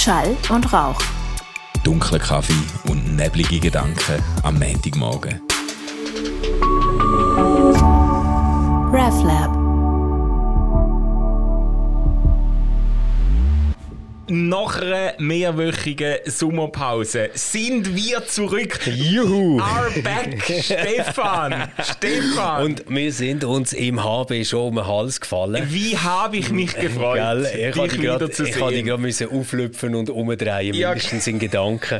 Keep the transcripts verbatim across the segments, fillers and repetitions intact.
Schall und Rauch. Dunkler Kaffee und neblige Gedanken am Montagmorgen. RefLab. Nach einer mehrwöchigen Sommerpause sind wir zurück. Juhu! Are back, Stefan! Stefan! Und wir sind uns im H B schon um den Hals gefallen. Wie habe ich mich gefreut, Gell, ich dich wieder zu Ich musste dich sehen. gerade auflüpfen und umdrehen, Ja. mindestens in Gedanken.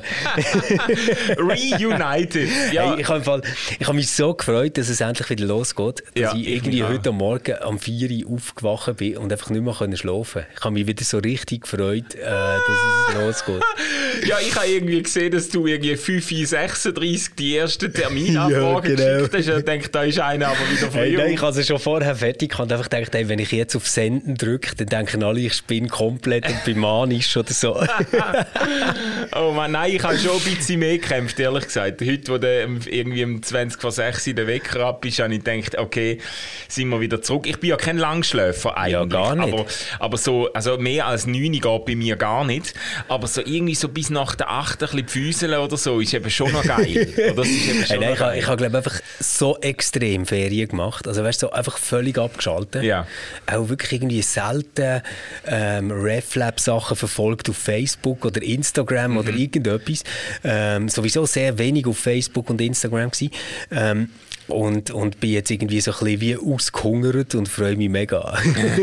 Reunited. Ja. Hey, ich habe im Fall- ich habe mich so gefreut, dass es endlich wieder losgeht, dass Ja, ich ich irgendwie mich auch. heute am Morgen um vier Uhr aufgewacht bin und einfach nicht mehr können schlafen konnte. Ich habe mich wieder so richtig gefreut, äh, dass es losgeht. Ja, ich habe irgendwie gesehen, dass du irgendwie fünf Uhr sechsunddreißig die ersten Terminabfragen Ja, genau. geschickt hast. Ich dachte, da ist einer aber wieder früh. Hey, nein, ich habe es schon vorher fertig. Ich habe einfach gedacht, hey, wenn ich jetzt auf Senden drücke, dann denken alle, ich spinne komplett und bin manisch oder so. Oh Mann, nein, ich habe schon ein bisschen mehr gekämpft, ehrlich gesagt. Heute, wo der irgendwie um zwanzig vor sechs der Wecker ab ist, habe ich gedacht, okay, sind wir wieder zurück. Ich bin ja kein Langschläfer eigentlich. Ja, gar nicht. Aber, aber so, also mehr als neun geht bei mir gar nicht. Aber so irgendwie so bis nach der acht ein bisschen Füßeln oder so ist eben schon noch geil. Oder? Das ist eben schon Hey, nein, noch ich habe, geil. ich habe glaube einfach so extrem Ferien gemacht. Also weißt du, so einfach völlig abgeschaltet. Ja. Auch wirklich irgendwie selten ähm, RefLab-Sachen verfolgt auf Facebook oder Instagram Mhm. oder irgendetwas. Ähm, sowieso sehr wenig auf Facebook und Instagram gewesen. Ähm, und, und bin jetzt irgendwie so ein bisschen wie ausgehungert und freue mich mega.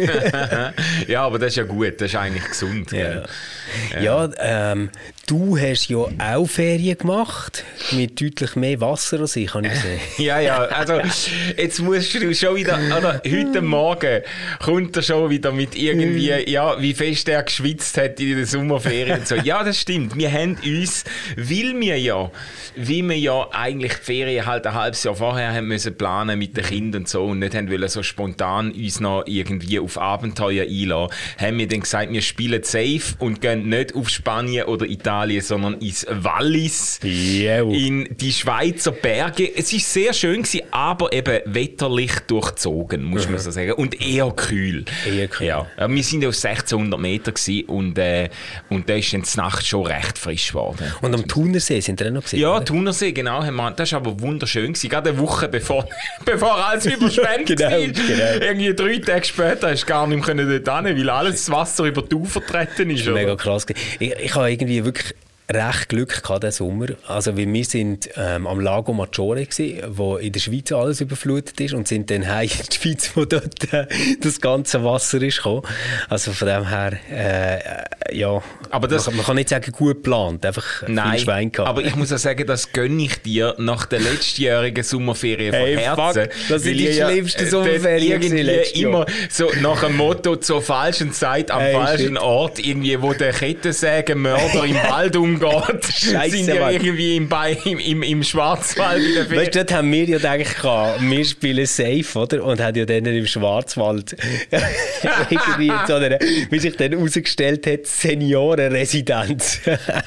Ja, aber das ist ja gut, das ist eigentlich gesund. Gell? Ja, ähm, du hast ja auch Ferien gemacht, mit deutlich mehr Wasser als ich, habe ich gesehen. Ja, ja, also jetzt musst du schon wieder, oder heute Morgen kommt er schon wieder mit irgendwie, ja, wie fest er geschwitzt hat in den Sommerferien und so. Ja, das stimmt, wir haben uns, weil wir ja, wie wir ja eigentlich die Ferien halt ein halbes Jahr vorher haben müssen planen mit den Kindern und so und nicht haben wollen so spontan uns noch irgendwie auf Abenteuer einlassen, haben wir dann gesagt, wir spielen safe und gehen nicht auf Spanien oder Italien, sondern ins Wallis. Jo. In die Schweizer Berge. Es war sehr schön gewesen, aber eben wetterlich durchzogen, muss man so sagen. Und eher kühl. Eher kühl. Ja. Wir sind auf sechzehnhundert Meter gewesen und, äh, und da ist dann die Nacht schon recht frisch geworden. Und am Thunersee sind wir auch noch gesehen. Ja, oder? Thunersee, genau. Haben wir, das war aber wunderschön gewesen. Gerade eine Woche bevor, bevor alles überschwemmt Genau, war. genau. Irgendwie drei Tage später hast du gar nicht mehr dort hin, weil alles das Wasser über die Ufer getreten ist. Das war mega oder? krass. Ich, ich habe irgendwie wirklich recht Glück gehabt diesen Sommer. Also, weil wir sind ähm, am Lago Maggiore gsi, wo in der Schweiz alles überflutet ist und sind dann heim in die Schweiz, wo dort äh, das ganze Wasser ist gekommen. Also von dem her, äh, ja, Aber das- man, man kann nicht sagen gut geplant, einfach Nein, viel Schwein gehabt. aber ich muss auch sagen, das gönne ich dir nach der letztjährigen Sommerferien von Hey, Herzen. fuck, das sind Weil die ihr ja, schlimmsten äh, Sommerferien dort irgendwie gewesen letztes Jahr. immer so nach dem Motto zur falschen Zeit am Hey, falschen shit. Ort, irgendwie, wo der Kettensägenmörder im Wald umgeht, Scheisse, sind ja Mann. irgendwie im, Bei- im, im, im Schwarzwald in der Ferien. Weißt du, dort haben wir ja gedacht, wir spielen safe, oder? Und haben ja dann im Schwarzwald irgendwie so eine, wie sich dann herausgestellt hat, Seniorenresidenz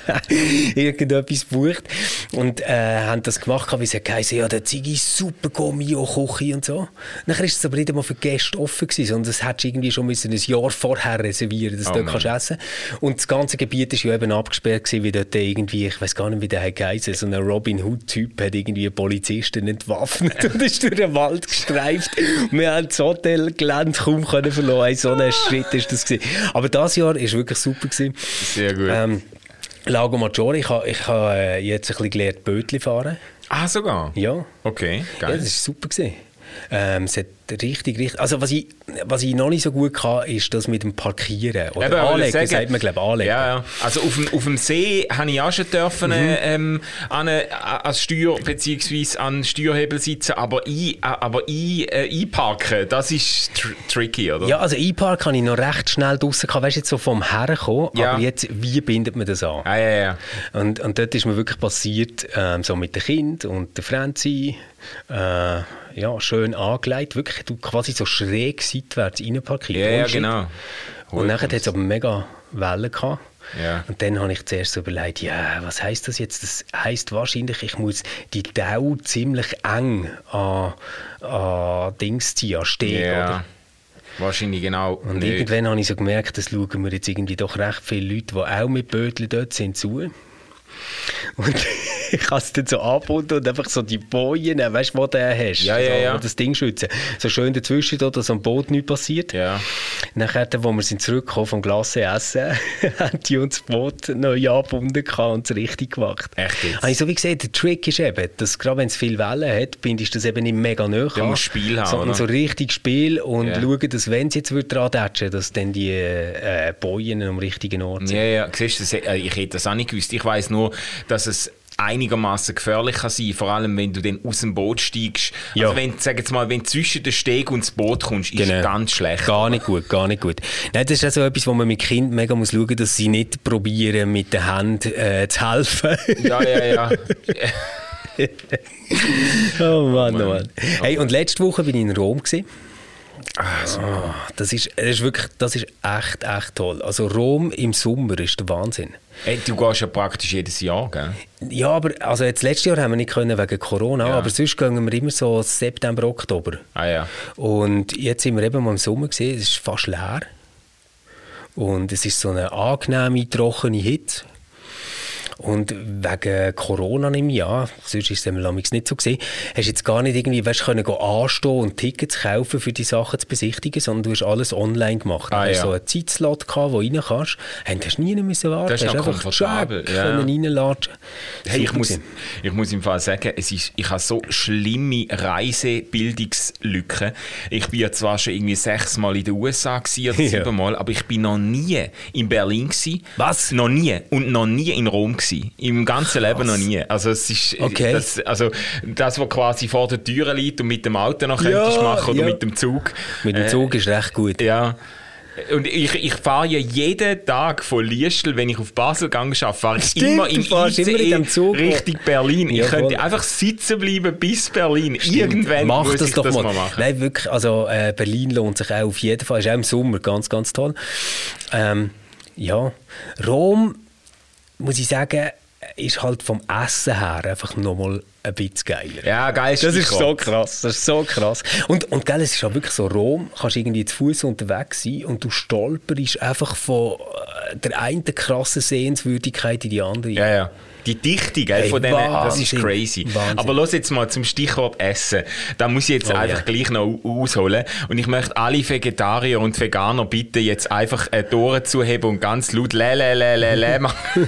irgendetwas gebucht. Und äh, haben das gemacht, wie es geheißen, ja, der Ziggy ist super, Mio, Küche und so. Nachher ist es aber nicht einmal für Gäste offen gewesen, sondern das hättest du irgendwie schon müssen ein Jahr vorher reservieren, dass du Oh, dort Mann. kannst essen. Und das ganze Gebiet ist ja eben abgesperrt gewesen, wie dort irgendwie, ich weiß gar nicht, wie der geheißen, so ein Robin Hood-Typ hat irgendwie Polizisten entwaffnet und ist durch den Wald gestreift. Und wir haben das Hotelgelände kaum können verloren. Hey, so ein Schritt ist das gewesen. Aber das Jahr war wirklich super gewesen. Sehr gut. Ähm, Lago Maggiore, ich habe ich ha, äh, jetzt ein bisschen gelernt, Bötli fahren. Ah, sogar? Ja. Okay, Ja, geil. das war super gewesen. Ähm, es hat richtig, richtig... Also was ich, was ich noch nicht so gut kann, ist das mit dem Parkieren. Oder Eben, Anlegen, sagen- sagt man, glaube ich, Anlegen. Ja, ja. Also auf dem, auf dem See habe ich auch schon dürfen, Mhm. äh, ähm, an eine, als Steuer bzw. an den Steuerhebel sitzen, aber, ein, äh, aber ein, äh, einparken, das ist tr- tricky, oder? Ja, also E-Park habe ich noch recht schnell draussen gehabt, weißt du, jetzt so vom Herkommen, Ja. aber jetzt, wie bindet man das an? Ah, ja, ja. Und, und dort ist mir wirklich passiert, ähm, so mit dem Kind und der Franzi, äh, ja, schön angelegt, wirklich, du quasi so schräg seitwärts reinparkiert. Ja, ja, ohne Schritt. genau. Und nachher hat es aber mega Wellen gehabt. Ja. Und dann habe ich zuerst so überlegt, ja, was heisst das jetzt? Das heisst wahrscheinlich, ich muss die Tau ziemlich eng an, an Dings ziehen, an Steg, Ja. oder? Wahrscheinlich genau. Und nicht. irgendwann habe ich so gemerkt, das schauen wir jetzt irgendwie doch recht viele Leute, die auch mit Bödeln dort sind, zu. Und ich habe es dann so angebunden und einfach so die Bojen, weißt du, wo du hast, Ja, ja, ja. so, das Ding schützen. So schön dazwischen, da, dass am Boot nichts passiert. Ja. Nachher, als wir sind zurückgekommen vom Glasse-Essen, haben die uns das Boot neu angebunden und es richtig gemacht. Echt jetzt? Habe ich so wie gesagt, der Trick ist eben, dass gerade wenn es viele Wellen hat, bindest du das eben nicht mega nahe Du an, musst Spiel haben, sondern oder? so richtig Spiel und Ja. schauen, dass wenn es jetzt dran tätschen, dass dann die äh, Bojen am richtigen Ort sind. Ja, ja, siehst du, das, äh, ich hätte das auch nicht gewusst. Ich weiss nur, dass es einigermaßen gefährlich kann sein, vor allem wenn du dann aus dem Boot steigst. Ja. Also wenn, sag jetzt mal, wenn du zwischen den Steg und das Boot kommst, ist Genau. es ganz schlecht. Gar nicht gut, gar nicht gut. Nein, das ist auch so etwas, wo man mit Kindern mega muss schauen, dass sie nicht probieren, mit den Händen äh, zu helfen. Ja, ja, ja. Oh Mann, oh Mann. Mann. Hey, und letzte Woche bin ich in Rom gewesen. Oh, das ist, das ist wirklich, das ist echt, echt toll. Also Rom im Sommer ist der Wahnsinn. Hey, du gehst ja praktisch jedes Jahr, gell? Ja, aber also jetzt letztes Jahr haben wir nicht können wegen Corona, Ja. aber sonst gehen wir immer so September, Oktober. Ah ja. Und jetzt sind wir eben mal im Sommer gesehen, es ist fast leer. Und es ist so eine angenehme, trockene Hitze. Und wegen Corona im Jahr, sonst ist es damals nicht so gesehen, hast du jetzt gar nicht irgendwie, weißt, können gehen anstehen und Tickets kaufen für die Sachen zu besichtigen, sondern du hast alles online gemacht. Ah, du hast ja. so einen Zeitslot gehabt, wo du rein kannst. Hey, du hast nie müssen warten. Das ist hast noch einfach komfortabel, geschickt, ja. können reinlatschen. Hey, ich, Super muss, gewesen. ich muss im Fall sagen, es ist, ich habe so schlimme Reisebildungslücken. Ich bin ja zwar schon irgendwie sechsmal in den U S A gewesen, oder Ja. siebenmal, aber ich bin noch nie in Berlin gewesen. Was? Noch nie. Und noch nie in Rom gewesen. Im ganzen Leben noch nie. Also es ist Okay. das, also das, was quasi vor der Tür liegt und mit dem Auto noch Ja, könntest machen oder ja. mit dem Zug. Mit dem Äh, Zug ist recht gut. Ja. Und ich, ich fahre ja jeden Tag von Liestel, wenn ich auf Basel gegangen arbeite, fahre ich Stimmt, immer du im fährst immer in I C E dem Zug, wo- Richtung Berlin. Ich Ja, könnte voll. einfach sitzen bleiben bis Berlin. Irgendwann Mach muss das ich doch das mal. mal machen. Nein, wirklich, also äh, Berlin lohnt sich auch auf jeden Fall. Ist auch im Sommer ganz, ganz toll. Ähm, ja, Rom, muss ich sagen, ist halt vom Essen her einfach nochmal ein bisschen geiler. Ja, geil. Das ist so Stichwort. krass, das ist so krass. Und, und gell, es ist ja wirklich so, Rom, kannst irgendwie zu Fuß unterwegs sein und du stolperst einfach von äh, der einen krassen Sehenswürdigkeit in die andere. Ja, ja. Die Dichte, gell, Hey, von denen, das ist Wahnsinn. crazy. Wahnsinn. Aber los jetzt mal zum Stichwort Essen. Da muss ich jetzt Oh, einfach ja. gleich noch ausholen. Und ich möchte alle Vegetarier und Veganer bitten, jetzt einfach äh, die Ohren zuheben und ganz laut lä, lä, lä, lä, lä machen.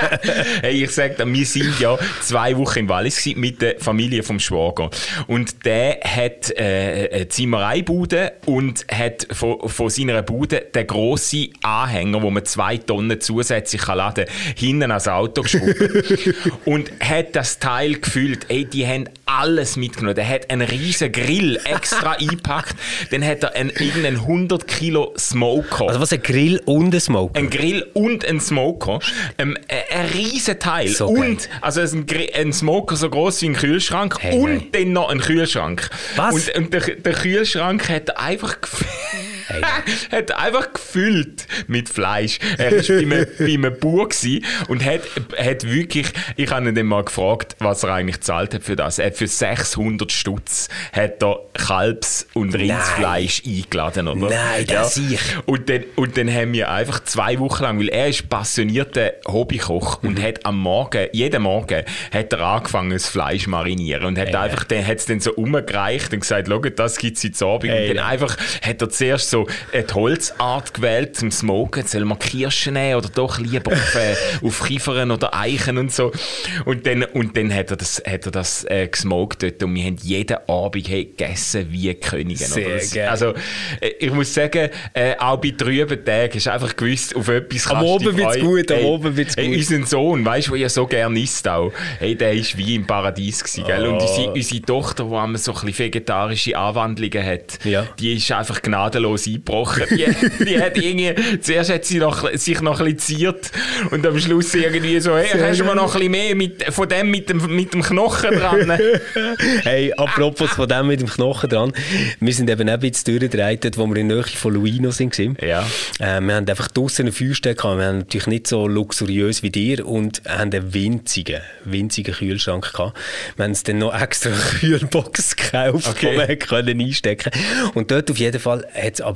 Hey, ich sag dir, wir sind ja zwei Wochen in Wallis gewesen mit der Familie vom Schwager. Und der hat äh, eine Zimmereibude und hat von, von seiner Bude den grossen Anhänger, wo man zwei Tonnen zusätzlich kann laden kann, hinten ans Auto geschoben. Und hat das Teil gefüllt. Ey, die haben alles mitgenommen. Der hat einen riesen Grill extra eingepackt. Dann hat er einen, irgendeinen hundert Kilo Smoker. Also was, ein Grill und ein Smoker? Ein Grill und ein Smoker. Ähm, ein riesen Teil. So geil. Und also ein, Gri- ein Smoker so groß wie ein Kühlschrank. Hey, und hey. dann noch ein Kühlschrank. Was? Und, und der, der Kühlschrank hat er einfach gef- Hey. hat er einfach gefüllt mit Fleisch. Er war bei einem, bei einem Bauer gewesen und hat, hat wirklich, ich habe ihn dann mal gefragt, was er eigentlich gezahlt hat für das. Er hat für sechshundert Stutz hat er Kalbs- und Rindsfleisch eingeladen, oder? Nein, das sehe ich. Und dann, und dann haben wir einfach zwei Wochen lang, weil er ist passionierter Hobbykoch Mhm. und hat am Morgen, jeden Morgen, hat er angefangen, das Fleisch zu marinieren und hat Hey. einfach, dann hat es dann so umgereicht und gesagt, schau, das gibt es jetzt Abend. Hey. Und dann einfach hat er zuerst so eine Holzart gewählt zum Smoken. Soll man Kirschen nehmen oder doch lieber auf, äh, auf Kiefern oder Eichen und so. Und dann, und dann hat er das, hat er das äh, gesmoked dort und wir haben jeden Abend hey, gegessen wie Könige. Sehr Das, geil. also, äh, ich muss sagen, äh, auch bei trüben Tagen hast du einfach gewusst, auf etwas Am kannst du Abend dich wird's freuen. gut, am Hey, Abend wird's hey, gut. Unser Sohn, weißt du, der ja so gerne isst auch, hey, der war wie im Paradies gewesen, gell? Und Oh. unsere, unsere Tochter, die einmal so ein bisschen vegetarische Anwandlungen hat, Ja. die ist einfach gnadenlos eingebrochen. Die, die hat irgendwie, zuerst hat sie noch, sich noch ein bisschen ziert und am Schluss irgendwie so, hey, hast du mal noch ein bisschen mehr mit, von dem mit dem, mit dem Knochen dran? Hey, apropos von dem mit dem Knochen dran. Wir sind eben auch jetzt durchgedreht, dort, wo wir in der Nähe von Luino sind. Ja. Äh, wir haben einfach draussen einen Feuerstelle gehabt. Wir haben natürlich nicht so luxuriös wie dir und haben einen winzigen, winzigen Kühlschrank gehabt. Wir haben uns dann noch extra eine Kühlbox gekauft, Okay. die wir können einstecken konnten. Und dort auf jeden Fall hat es aber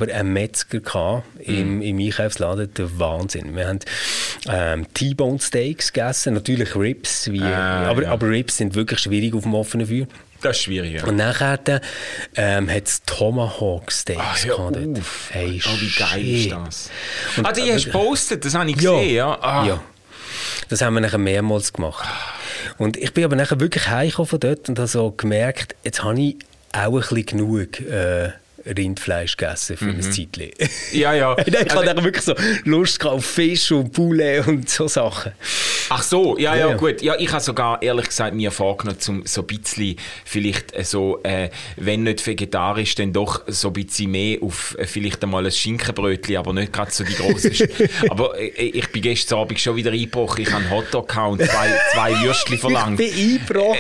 aber einen Metzger gehabt, im, mm. im Einkaufsladen, der Wahnsinn. Wir haben ähm, T-Bone Steaks gegessen, natürlich Ribs, wie, ah, aber, ja. aber Ribs sind wirklich schwierig auf dem offenen Feuer. Das ist schwierig, ja. Und nachher ähm, hat es Tomahawk Steaks ja, gehabt. Hey, oh, wie geil ist das? Und, ah, die hast du gepostet, das habe ich gesehen, ja. Ja. Ah. ja. Das haben wir nachher mehrmals gemacht. Und ich bin aber nachher wirklich heimgekommen von dort und habe so gemerkt, jetzt habe ich auch ein bisschen genug äh, Rindfleisch gegessen für mhm. ein Zeitchen. Ja, ja. Ich hatte also, wirklich so Lust auf Fisch und Poulet und so Sachen. Ach so, ja, ja, ja, gut. Ja, ich habe sogar, ehrlich gesagt, mir vorgenommen, um so ein bisschen, vielleicht so, äh, wenn nicht vegetarisch, dann doch so ein bisschen mehr auf äh, vielleicht einmal ein Schinkenbrötchen, aber nicht gerade so die grossen. Aber äh, ich bin gestern Abend schon wieder eingebrochen. Ich habe einen Hotdog gehabt und zwei, zwei Würstchen verlangt. Ich bin eingebrochen.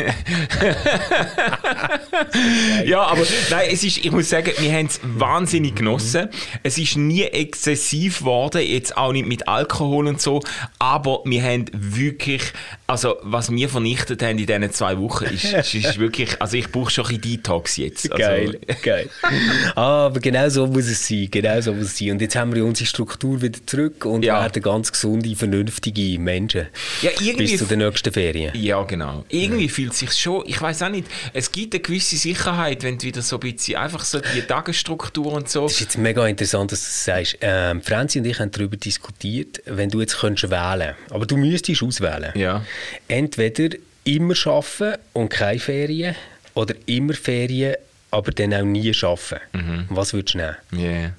Ja, aber nein, es ist, ich muss sagen, wir haben es wahnsinnig genossen. Es ist nie exzessiv geworden, jetzt auch nicht mit Alkohol und so, aber wir haben wirklich, also was wir vernichtet haben in diesen zwei Wochen, ist, ist, ist wirklich, also ich brauche schon ein bisschen Detox jetzt. Also, geil, geil. Ah, aber genau so muss es sein, genau so muss es sein. Und jetzt haben wir unsere Struktur wieder zurück und ja. werden ganz gesunde, vernünftige Menschen ja, bis zu den nächsten Ferien. Ja, genau. Irgendwie ja. fühlt es sich schon, ich weiß auch nicht, es gibt eine gewisse Sicherheit, wenn du wieder so ein bisschen einfach so die Tagesstruktur und so. Das ist jetzt mega interessant, dass du das sagst. Ähm, Franzi und ich haben darüber diskutiert, wenn du jetzt könntest wählen, aber du müsstest auswählen. Ja. Entweder immer arbeiten und keine Ferien oder immer Ferien, aber dann auch nie arbeiten. Mhm. Was würdest du nehmen? Yeah.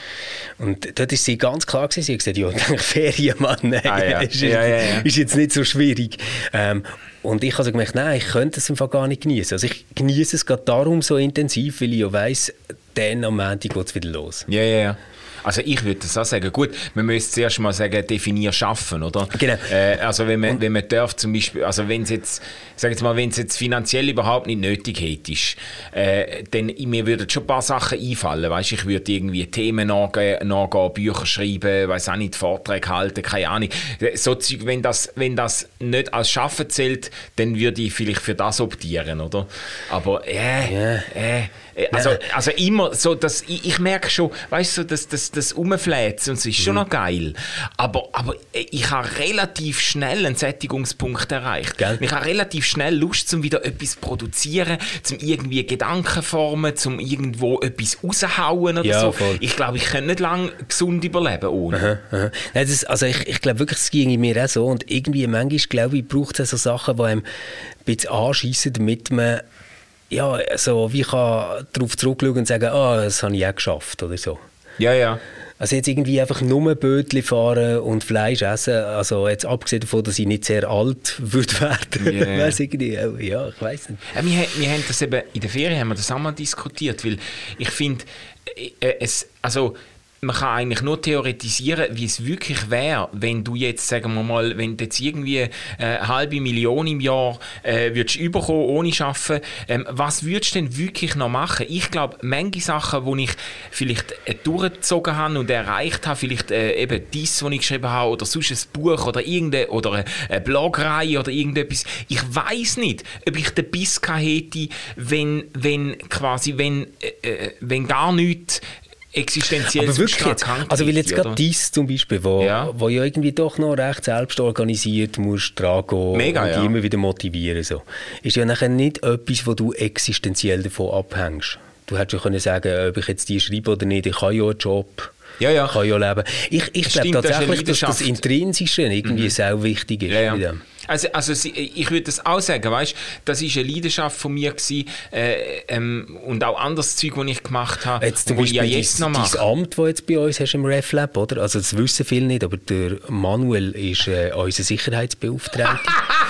Und dort war sie ganz klar gewesen. Sie hat gesagt, ja, denke Ferien, Mann, nein, ah, ja. ist, ja, ja, ja. ist jetzt nicht so schwierig. Ähm, und ich habe so gemerkt, nein, ich könnte es einfach gar nicht genießen. Also ich genieße es gerade darum so intensiv, weil ich ja weiss, dann am Montag geht es wieder los. Ja, ja, ja. Also ich würde das auch sagen, gut, man müsste zuerst mal sagen, definier schaffen, oder? Genau. Äh, also wenn man, wenn man darf zum Beispiel, also wenn es jetzt, sag jetzt mal, wenn es jetzt finanziell überhaupt nicht nötig hättest, äh, dann mir würden schon ein paar Sachen einfallen, weißt, ich würde irgendwie Themen nachgehen, nachgehen, Bücher schreiben, weiß auch nicht, Vorträge halten, keine Ahnung. So, wenn das, wenn das nicht als Schaffen zählt, dann würde ich vielleicht für das optieren, oder? Aber äh, yeah. äh, Also, also immer so, dass ich, ich merke schon, weißt du, so, dass das, das Umflätzen und es ist schon mhm. noch geil. Aber, aber ich habe relativ schnell einen Sättigungspunkt erreicht. Gell? Ich habe relativ schnell Lust, um wieder etwas zu produzieren, zum irgendwie Gedanken formen, zum irgendwo etwas raushauen oder ja, so. Voll. Ich glaube, ich kann nicht lange gesund überleben ohne. Aha, aha. Nein, das, also ich, ich glaube wirklich, es ging mir auch so. Und irgendwie manchmal, glaube ich, braucht es so Sachen, die einem ein bisschen anschiessen, damit man ja, also wie kann darauf zurückschauen und sagen, ah, das habe ich auch geschafft oder so. Ja, ja. Also jetzt irgendwie einfach nur Bötli fahren und Fleisch essen, also jetzt abgesehen davon, dass ich nicht sehr alt würde werden, yeah. weiss irgendwie, ja, ich weiss nicht. Ja, wir, wir haben das eben, in der Ferien haben wir das auch mal diskutiert, weil ich finde, äh, es, also man kann eigentlich nur theoretisieren, wie es wirklich wäre, wenn du jetzt, sagen wir mal, wenn du jetzt irgendwie äh, eine halbe Million im Jahr äh, würdest überkommen, ohne Arbeiten, ähm, was würdest du denn wirklich noch machen? Ich glaube, manche Sachen, die ich vielleicht äh, durchgezogen habe und erreicht habe, vielleicht äh, eben dies, was ich geschrieben habe, oder sonst ein Buch oder irgendeine oder eine, eine Blogreihe oder irgendetwas, ich weiss nicht, ob ich den Biss gehabt hätte, wenn, wenn quasi, wenn, äh, wenn gar nichts existenziell. Aber wirklich jetzt, also weil jetzt gerade dies zum Beispiel, wo ja. wo ja irgendwie doch noch recht selbst organisiert musst dran gehen Mega, und ja. immer wieder motivieren, so. Ist ja nachher nicht etwas, wo du existenziell davon abhängst. Du hättest ja können sagen, ob ich jetzt die schreibe oder nicht, ich habe ja einen Job. Ja, ja. Ich kann ja leben. Ich, ich glaube tatsächlich, das dass das Intrinsische irgendwie mhm. sehr wichtig ist. Ja, ja. Also, also ich würde das auch sagen, weißt, das war eine Leidenschaft von mir gewesen, äh, ähm, und auch anderes Zeug, das ich gemacht habe, jetzt zum Beispiel ich ja jetzt noch mache. Dein Amt, das jetzt bei uns hast im RefLab, oder? Also das wissen viele nicht, aber der Manuel ist äh, unser Sicherheitsbeauftragter.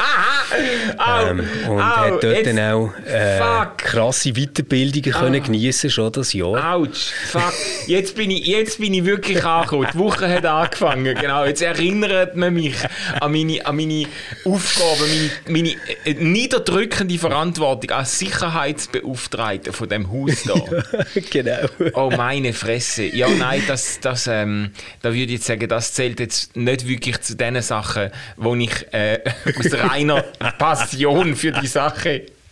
ähm, und au, hat dort dann auch äh, krasse Weiterbildungen ah. können geniessen schon das Jahr. Autsch, fuck. Jetzt bin ich, jetzt bin ich wirklich angekommen. Die Woche hat angefangen. Genau. Jetzt erinnert man mich an meine, an meine Aufgaben, meine, meine äh, niederdrückende Verantwortung als Sicherheitsbeauftragter von diesem Haus da. Ja, genau. Oh, meine Fresse. Ja, nein, das, das, ähm, da würde ich jetzt sagen, das zählt jetzt nicht wirklich zu den Sachen, wo ich äh, aus reiner Passion für die Sache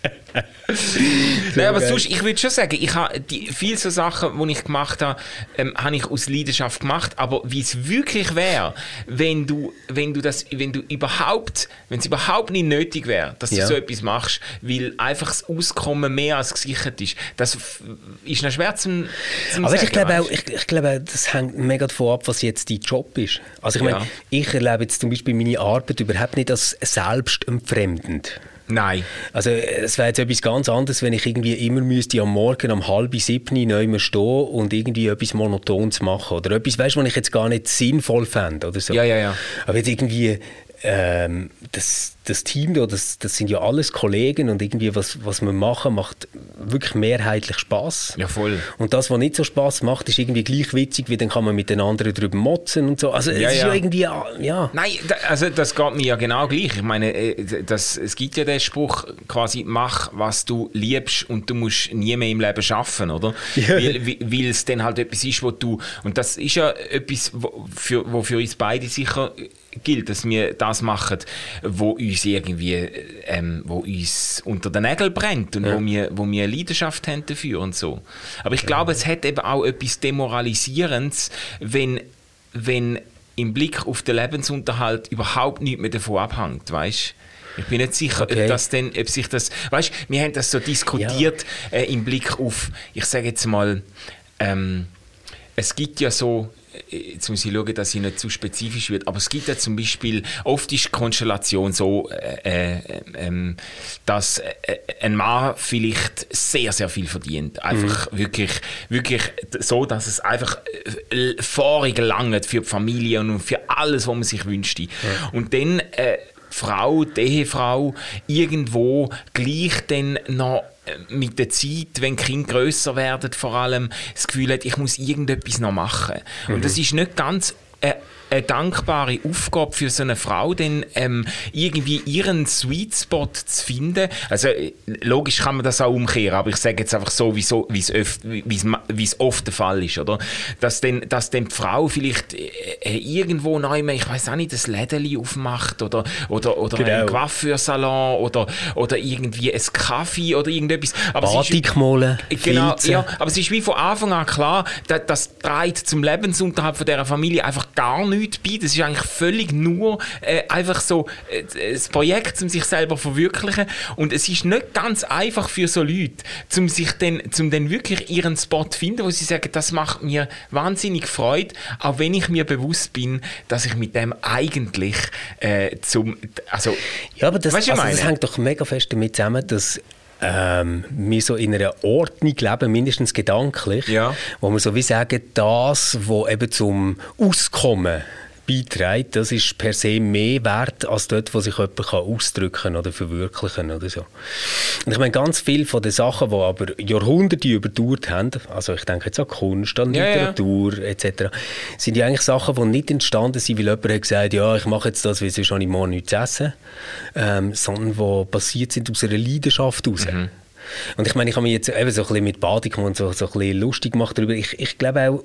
Nein, aber sonst, ich würde schon sagen, ich habe die, viele so Sachen, die ich gemacht habe, ähm, habe ich aus Leidenschaft gemacht, aber wie es wirklich wäre, wenn du, wenn du das, wenn du überhaupt, wenn es überhaupt nicht nötig wäre, dass du Ja. so etwas machst, weil einfach das Auskommen mehr als gesichert ist, das f- ist noch schwer zum, zum Aber sagen. ich glaube, auch, weißt? ich, ich glaube, auch, das hängt mega davon ab, was jetzt dein Job ist. Also ich meine, Ja. ich erlebe jetzt zum Beispiel meine Arbeit überhaupt nicht als selbstentfremdend. Nein. Also es wäre jetzt etwas ganz anderes, wenn ich irgendwie immer müsste am Morgen um halb sieben neu mehr stehen und irgendwie etwas Monotons machen oder etwas, weißt du, was ich jetzt gar nicht sinnvoll fände oder so. Ja, ja, ja. Aber jetzt irgendwie ähm, das, das Team da, das, das sind ja alles Kollegen und irgendwie was, was wir machen, macht wirklich mehrheitlich Spass. Ja, voll. Und das, was nicht so Spass macht, ist irgendwie gleich witzig, wie dann kann man mit den anderen drüber motzen und so. Also Ja, es ist ja. ja irgendwie, ja. Nein, da, also das geht mir ja genau gleich. Ich meine, äh, das, es gibt ja den Spruch, quasi, mach, was du liebst und du musst nie mehr im Leben arbeiten, oder? Ja. Weil, weil- weil es dann halt etwas ist, wo du, und das ist ja etwas, wo für, wo für uns beide sicher gilt, dass wir das machen, wo uns irgendwie, ähm, wo uns unter den Nägeln brennt und Ja. wo wir, wo wir Leidenschaft haben dafür und so. Aber ich glaube, es hat eben auch etwas Demoralisierendes, wenn, wenn im Blick auf den Lebensunterhalt überhaupt nichts mehr davon abhängt, weißt? Ich bin nicht sicher, Okay. ob, das denn, ob sich das... Weißt, wir haben das so diskutiert äh, im Blick auf, ich sage jetzt mal, ähm, es gibt ja so, jetzt muss ich schauen, dass ich nicht zu spezifisch wird, aber es gibt ja zum Beispiel, oft ist die Konstellation so, äh, äh, ähm, dass äh, ein Mann vielleicht sehr, sehr viel verdient. Einfach Mhm. wirklich, wirklich so, dass es einfach äh, vorig langt für die Familie und für alles, was man sich wünschte. Ja. Und dann äh, Frau, die Ehefrau, irgendwo gleich dann noch mit der Zeit, wenn die Kinder grösser werden, vor allem das Gefühl hat, ich muss irgendetwas noch machen. Mhm. Und das ist nicht ganz äh, eine dankbare Aufgabe für so eine Frau, denn ähm, irgendwie ihren Sweet Spot zu finden. Also äh, logisch kann man das auch umkehren, aber ich sage jetzt einfach so, wie so, wie es öft, wie es ma- wie es oft der Fall ist, oder? Dass dann, dass dann die Frau vielleicht äh, äh, irgendwo neu, ich weiß auch nicht, ein Lädeli aufmacht oder oder oder Genau. einen Coiffeursalon oder oder irgendwie ein Kaffee oder irgendetwas. Aber es ist- Batik malen, Genau, Filzen. ja, aber es ist wie von Anfang an klar, dass das trägt zum Lebensunterhalt von dieser Familie einfach gar nichts bei. Das ist eigentlich völlig nur äh, einfach so äh, das Projekt, um sich selber zu verwirklichen. Und es ist nicht ganz einfach für so Leute, um sich dann, um dann wirklich ihren Spot zu finden, wo sie sagen, das macht mir wahnsinnig Freude, auch wenn ich mir bewusst bin, dass ich mit dem eigentlich äh, zum... Also, Ja, aber das, Weißt du, was ich also das meine? hängt doch mega fest damit zusammen, dass ähm, wir so in einer Ordnung leben, mindestens gedanklich, Ja. wo wir so wie sagen, das, was eben zum Auskommen beiträgt, das ist per se mehr wert als dort, wo sich jemand kann ausdrücken oder verwirklichen oder so. Und ich meine, ganz viele von den Sachen, die aber Jahrhunderte überdauert haben, also ich denke jetzt an Kunst, an Ja, ja. Literatur et cetera, sind ja eigentlich Sachen, die nicht entstanden sind, weil jemand hat gesagt, ja, ich mache jetzt das, weil sonst habe ich morgen nichts zu essen, ähm, sondern die passiert sind aus einer Leidenschaft heraus. Mhm. Und ich meine, ich habe mich jetzt eben so ein bisschen mit Badikum und so, so ein bisschen lustig gemacht darüber. Ich, ich glaube auch,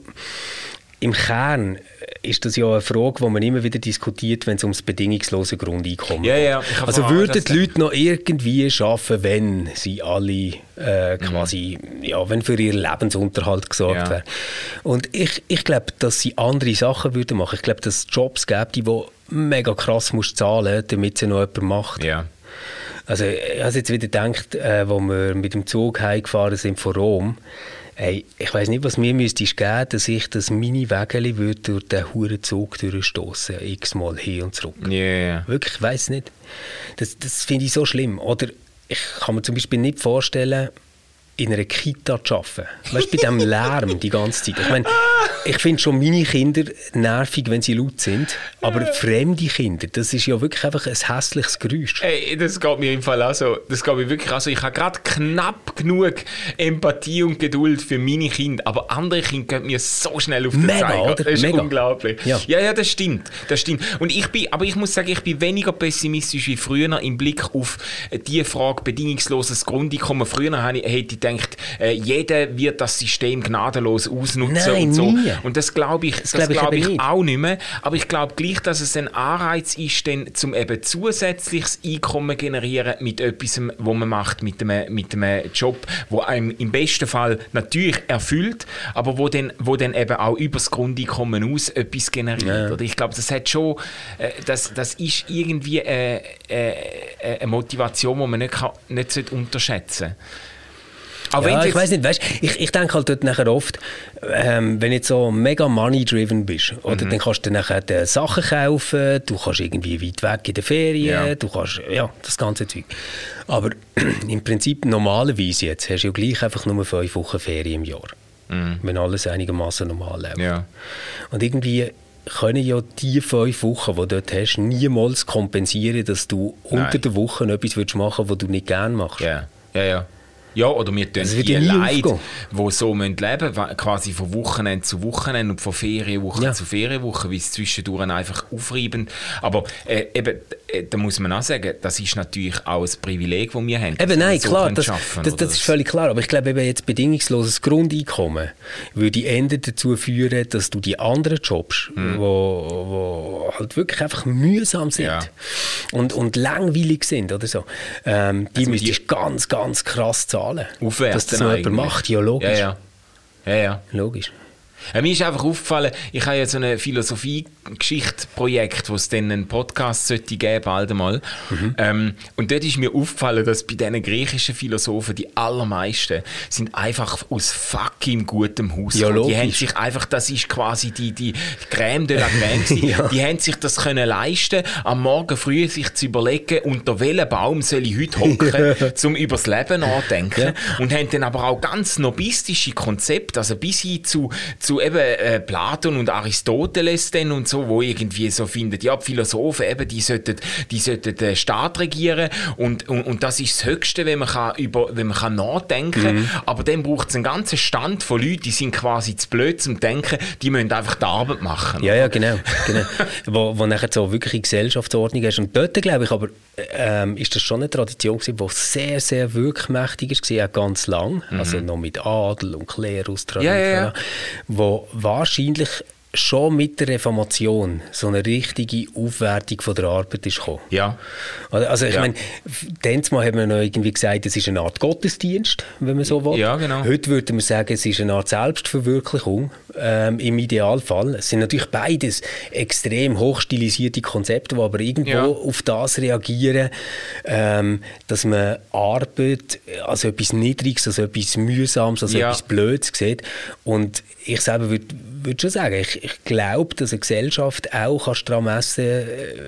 im Kern ist das ja eine Frage, die man immer wieder diskutiert, wenn es ums bedingungslose Grundeinkommen Ja, geht. ja, ich habe Also vorher würden das- die Leute noch irgendwie schaffen, wenn sie alle äh, quasi, ja, wenn für ihren Lebensunterhalt gesorgt Ja. wäre. Und ich, ich glaube, dass sie andere Sachen würden machen. Ich glaube, dass es Jobs gibt, die mega krass musst zahlen, damit sie noch jemand macht. ja. Also ich habe jetzt wieder gedacht, äh, wo wir mit dem Zug heimgefahren sind von Rom, ey, ich weiss nicht, was mir müsste geben, dass ich das Mini-Wägeli würde durch den huren Zug durchstossen, x-mal hin und zurück. Ja, ja. Wirklich, ich weiss nicht. Das, das finde ich so schlimm. Oder ich kann mir zum Beispiel nicht vorstellen, in einer Kita zu arbeiten. Weißt du, bei diesem Lärm die ganze Zeit. Ich meine, ich finde schon meine Kinder nervig, wenn sie laut sind, aber fremde Kinder, das ist ja wirklich einfach ein hässliches Geräusch. Ey, das geht mir im Fall auch so. Das geht mir wirklich auch so. Ich habe gerade knapp genug Empathie und Geduld für meine Kinder, aber andere Kinder gehen mir so schnell auf den Mega, Zeiger. oder? Das ist Mega. unglaublich. Ja. ja, ja, das stimmt. Das stimmt. Und ich bin, aber ich muss sagen, ich bin weniger pessimistisch wie früher im Blick auf die Frage bedingungsloses Grundeinkommen. Früher hätte ich gedacht, denkt, äh, jeder wird das System gnadenlos ausnutzen Nein, und so. nie. Und das glaube ich, das Das glaube ich glaub eben ich nicht. auch nicht mehr. Aber ich glaube gleich, dass es ein Anreiz ist, dann, zum eben zusätzliches Einkommen generieren mit etwas, wo man macht, mit einem, mit einem Job, wo einem im besten Fall natürlich erfüllt, aber wo dann, wo dann eben auch über das Grundeinkommen aus etwas generiert. Ja. Oder ich glaube, das hat schon, äh, das, das ist irgendwie äh, äh, eine Motivation, die man nicht, kann, nicht sollte unterschätzen sollte. Auch Ja, wenn's ich jetzt- weiß nicht, weißt, ich, ich denke halt dort nachher oft, ähm, wenn du jetzt so mega money-driven bist, oder, Mhm. dann kannst du dann nachher die Sachen kaufen, du kannst irgendwie weit weg in den Ferien, Ja. du kannst, ja, das ganze Zeug. Aber im Prinzip normalerweise jetzt hast du ja gleich einfach nur fünf Wochen Ferien im Jahr, wenn alles einigermaßen normal läuft. Mhm. Ja. Und irgendwie können ja die fünf Wochen, die du dort hast, niemals kompensieren, dass du Nein. unter der Woche etwas willst machen willst, was du nicht gerne machst. Ja, ja, ja. Ja, oder wir tun Das wird die ja nie Leute, aufgehen. die so leben müssen, wa- quasi von Wochenende zu Wochenende und von Ferienwoche Ja. zu Ferienwoche, weil es zwischendurch einfach aufreiben. Aber äh, eben, äh, da muss man auch sagen, das ist natürlich auch ein Privileg, das wir haben. dass Eben, wir nein, so klar, können das, schaffen, das, oder? das ist völlig klar. Aber ich glaube, eben jetzt bedingungsloses Grundeinkommen würde Ende dazu führen, dass du die anderen Jobs, Mhm. wo, wo halt wirklich einfach mühsam sind Ja. und, und langweilig sind oder so, ähm, die Also müsstest die- du ganz, ganz krass zahlen. Aufwerten Dass das noch jemand eigentlich. macht, ja logisch. Ja, ja. ja, ja. Logisch. Äh, mir ist einfach aufgefallen, ich habe ja so ein Philosophie-Geschichte-Projekt, wo es dann einen Podcast sollte geben, bald einmal. Mhm. Ähm, und dort ist mir aufgefallen, dass bei diesen griechischen Philosophen die allermeisten sind einfach aus fucking gutem Haus Ja, gekommen. Die logisch. haben sich einfach, das ist quasi die, die Crème de la Crème gewesen. Ja. Die haben sich das können leisten, am Morgen früh sich zu überlegen, unter welchem Baum soll ich heute hocken, um über das Leben nachzudenken. Ja. Und haben dann aber auch ganz snobistische Konzepte, also bis hin zu, zu eben äh, Platon und Aristoteles dann und so, wo irgendwie so findet, ja, die Philosophen eben, die sollten, die sollten den Staat regieren und, und, und das ist das Höchste, wenn man kann, über, wenn man kann nachdenken Mhm. aber dann braucht es einen ganzen Stand von Leuten, die sind quasi zu blöd zum Denken, die müssen einfach die Arbeit machen. Ja, ja, genau. genau. wo, wo nachher so wirklich eine Gesellschaftsordnung ist. Und dort, glaube ich, aber ähm, ist das schon eine Tradition gewesen, die sehr, sehr wirkmächtig ist, auch ganz lang. Also noch mit Adel und Klerus, Ja, ja, ja. wo wahrscheinlich schon mit der Reformation so eine richtige Aufwertung von der Arbeit ist gekommen. Ja. Oder? Also ich Ja. meine, damals hat man noch irgendwie gesagt, es ist eine Art Gottesdienst, wenn man so will. Ja, genau. Heute würde man sagen, es ist eine Art Selbstverwirklichung ähm, im Idealfall. Es sind natürlich beides extrem hochstilisierte Konzepte, die aber irgendwo Ja. auf das reagieren, ähm, dass man Arbeit als etwas Niedriges, als etwas Mühsames, als Ja. etwas Blödes sieht. Und ich selber würde würd schon sagen, ich, ich glaube, dass eine Gesellschaft auch kannst daran messen, äh,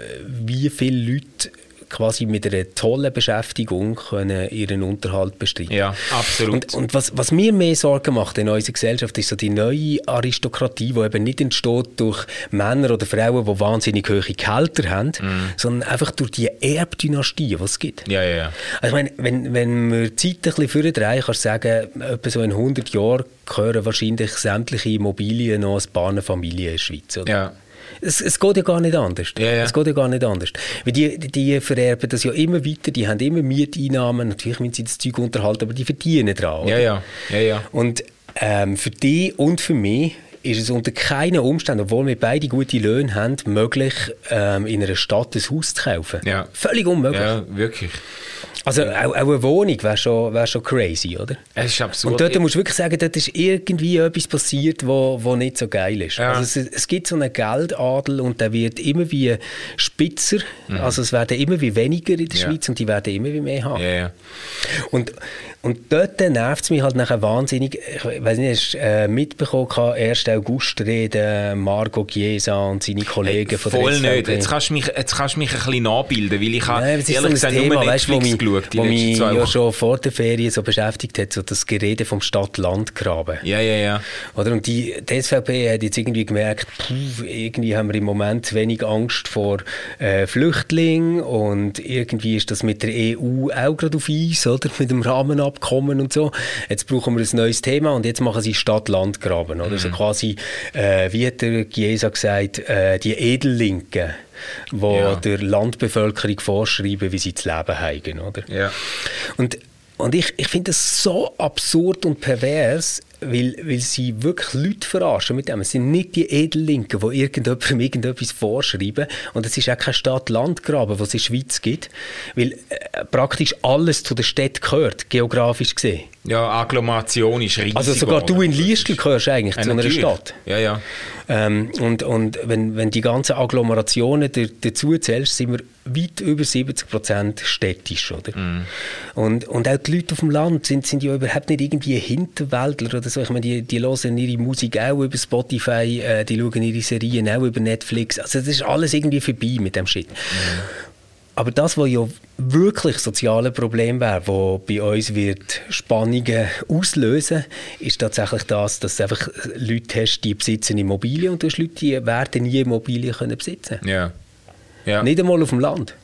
wie viele Leute quasi mit einer tollen Beschäftigung können ihren Unterhalt bestreiten. Ja, absolut. Und, und was, was mir mehr Sorgen macht in unserer Gesellschaft, ist so die neue Aristokratie, die eben nicht entsteht durch Männer oder Frauen, die wahnsinnig hohe Gehälter haben, sondern einfach durch die Erbdynastien, die es gibt. ja, ja, ja. Also ich meine, wenn, wenn wir die Zeit ein bisschen vordrehen, kannst du sagen, etwa so in hundert Jahren gehören wahrscheinlich sämtliche Immobilien noch ein paar Familien in der Schweiz. Oder? Ja. Es, es geht ja gar nicht anders. Ja, ja. Es geht ja gar nicht anders. Weil die, die vererben das ja immer weiter, die haben immer Mieteinnahmen, natürlich müssen sie das Zeug unterhalten, aber die verdienen dran. Ja, oder? ja, ja, ja. Und ähm, für die und für mich ist es unter keinen Umständen, obwohl wir beide gute Löhne haben, möglich, ähm, in einer Stadt ein Haus zu kaufen. Ja. Völlig unmöglich. Ja, wirklich. Also auch, auch eine Wohnung wäre schon, wär schon crazy, oder? Es ist absurd. Und dort musst du wirklich sagen, dort ist irgendwie etwas passiert, wo, wo nicht so geil ist. Ja. Also es, es gibt so einen Geldadel und der wird immer wie spitzer. Also es werden immer wie weniger in der Ja. Schweiz und die werden immer wie mehr haben. Ja, ja. Und, und dort nervt es mich halt nachher wahnsinnig. Ich weiß nicht, hast du äh, mitbekommen, ersten August-Rede, Margot Chiesa und seine Kollegen von der Voll S V P. nicht. Jetzt kannst du mich, jetzt kannst du mich ein bisschen nachbilden, weil ich habe Nein, es ist so ehrlich ein gesagt Thema, nur weißt, wo Netflix mich, geschaut, die wo letzten mich zwei ja Wochen. schon vor der Ferien so beschäftigt hat, so das Gerede vom Stadt-Land-Graben. Ja, ja, ja. Oder? Und die, die S V P hat jetzt irgendwie gemerkt, puh, irgendwie haben wir im Moment zu wenig Angst vor äh, Flüchtlingen und irgendwie ist das mit der E U auch gerade auf Eis, oder? Mit dem Rahmenabkommen und so. Jetzt brauchen wir ein neues Thema und jetzt machen sie Stadt-Land-Graben. Oder? Mhm. So quasi, äh, wie hat der Chiesa gesagt, äh, die Edellinken, die Ja. der Landbevölkerung vorschreiben, wie sie zu leben haben. Oder? Ja. Und und ich, ich finde das so absurd und pervers, weil, weil sie wirklich Leute verarschen mit dem. Es sind nicht die Edellinken, die irgendjemandem irgendetwas vorschreiben. Und es ist auch kein Stadt-Land-Graben, was es in der Schweiz gibt. Weil äh, praktisch alles zu der Stadt gehört, geografisch gesehen. Ja, Agglomeration ist riesig. Also sogar du in Liestel gehörst eigentlich ja, zu einer natürlich. Stadt. Ja, ja. Ähm, und und wenn, wenn die ganzen Agglomerationen dazu zählst, sind wir weit über siebzig Prozent städtisch. Oder? Mm. Und, und auch die Leute auf dem Land sind, sind ja überhaupt nicht irgendwie Hinterwäldler oder so. Ich meine, die, die hören ihre Musik auch über Spotify, äh, die schauen ihre Serien auch über Netflix. Also das ist alles irgendwie vorbei mit dem Shit. Mm. Aber das, was ja wirklich soziale Problem wäre, das bei uns wird Spannungen auslösen, ist tatsächlich das, dass du einfach Leute hast, die besitzen Immobilien und du hast Leute, die werden nie Immobilien können besitzen. Ja. Ja. Nicht einmal auf dem Land.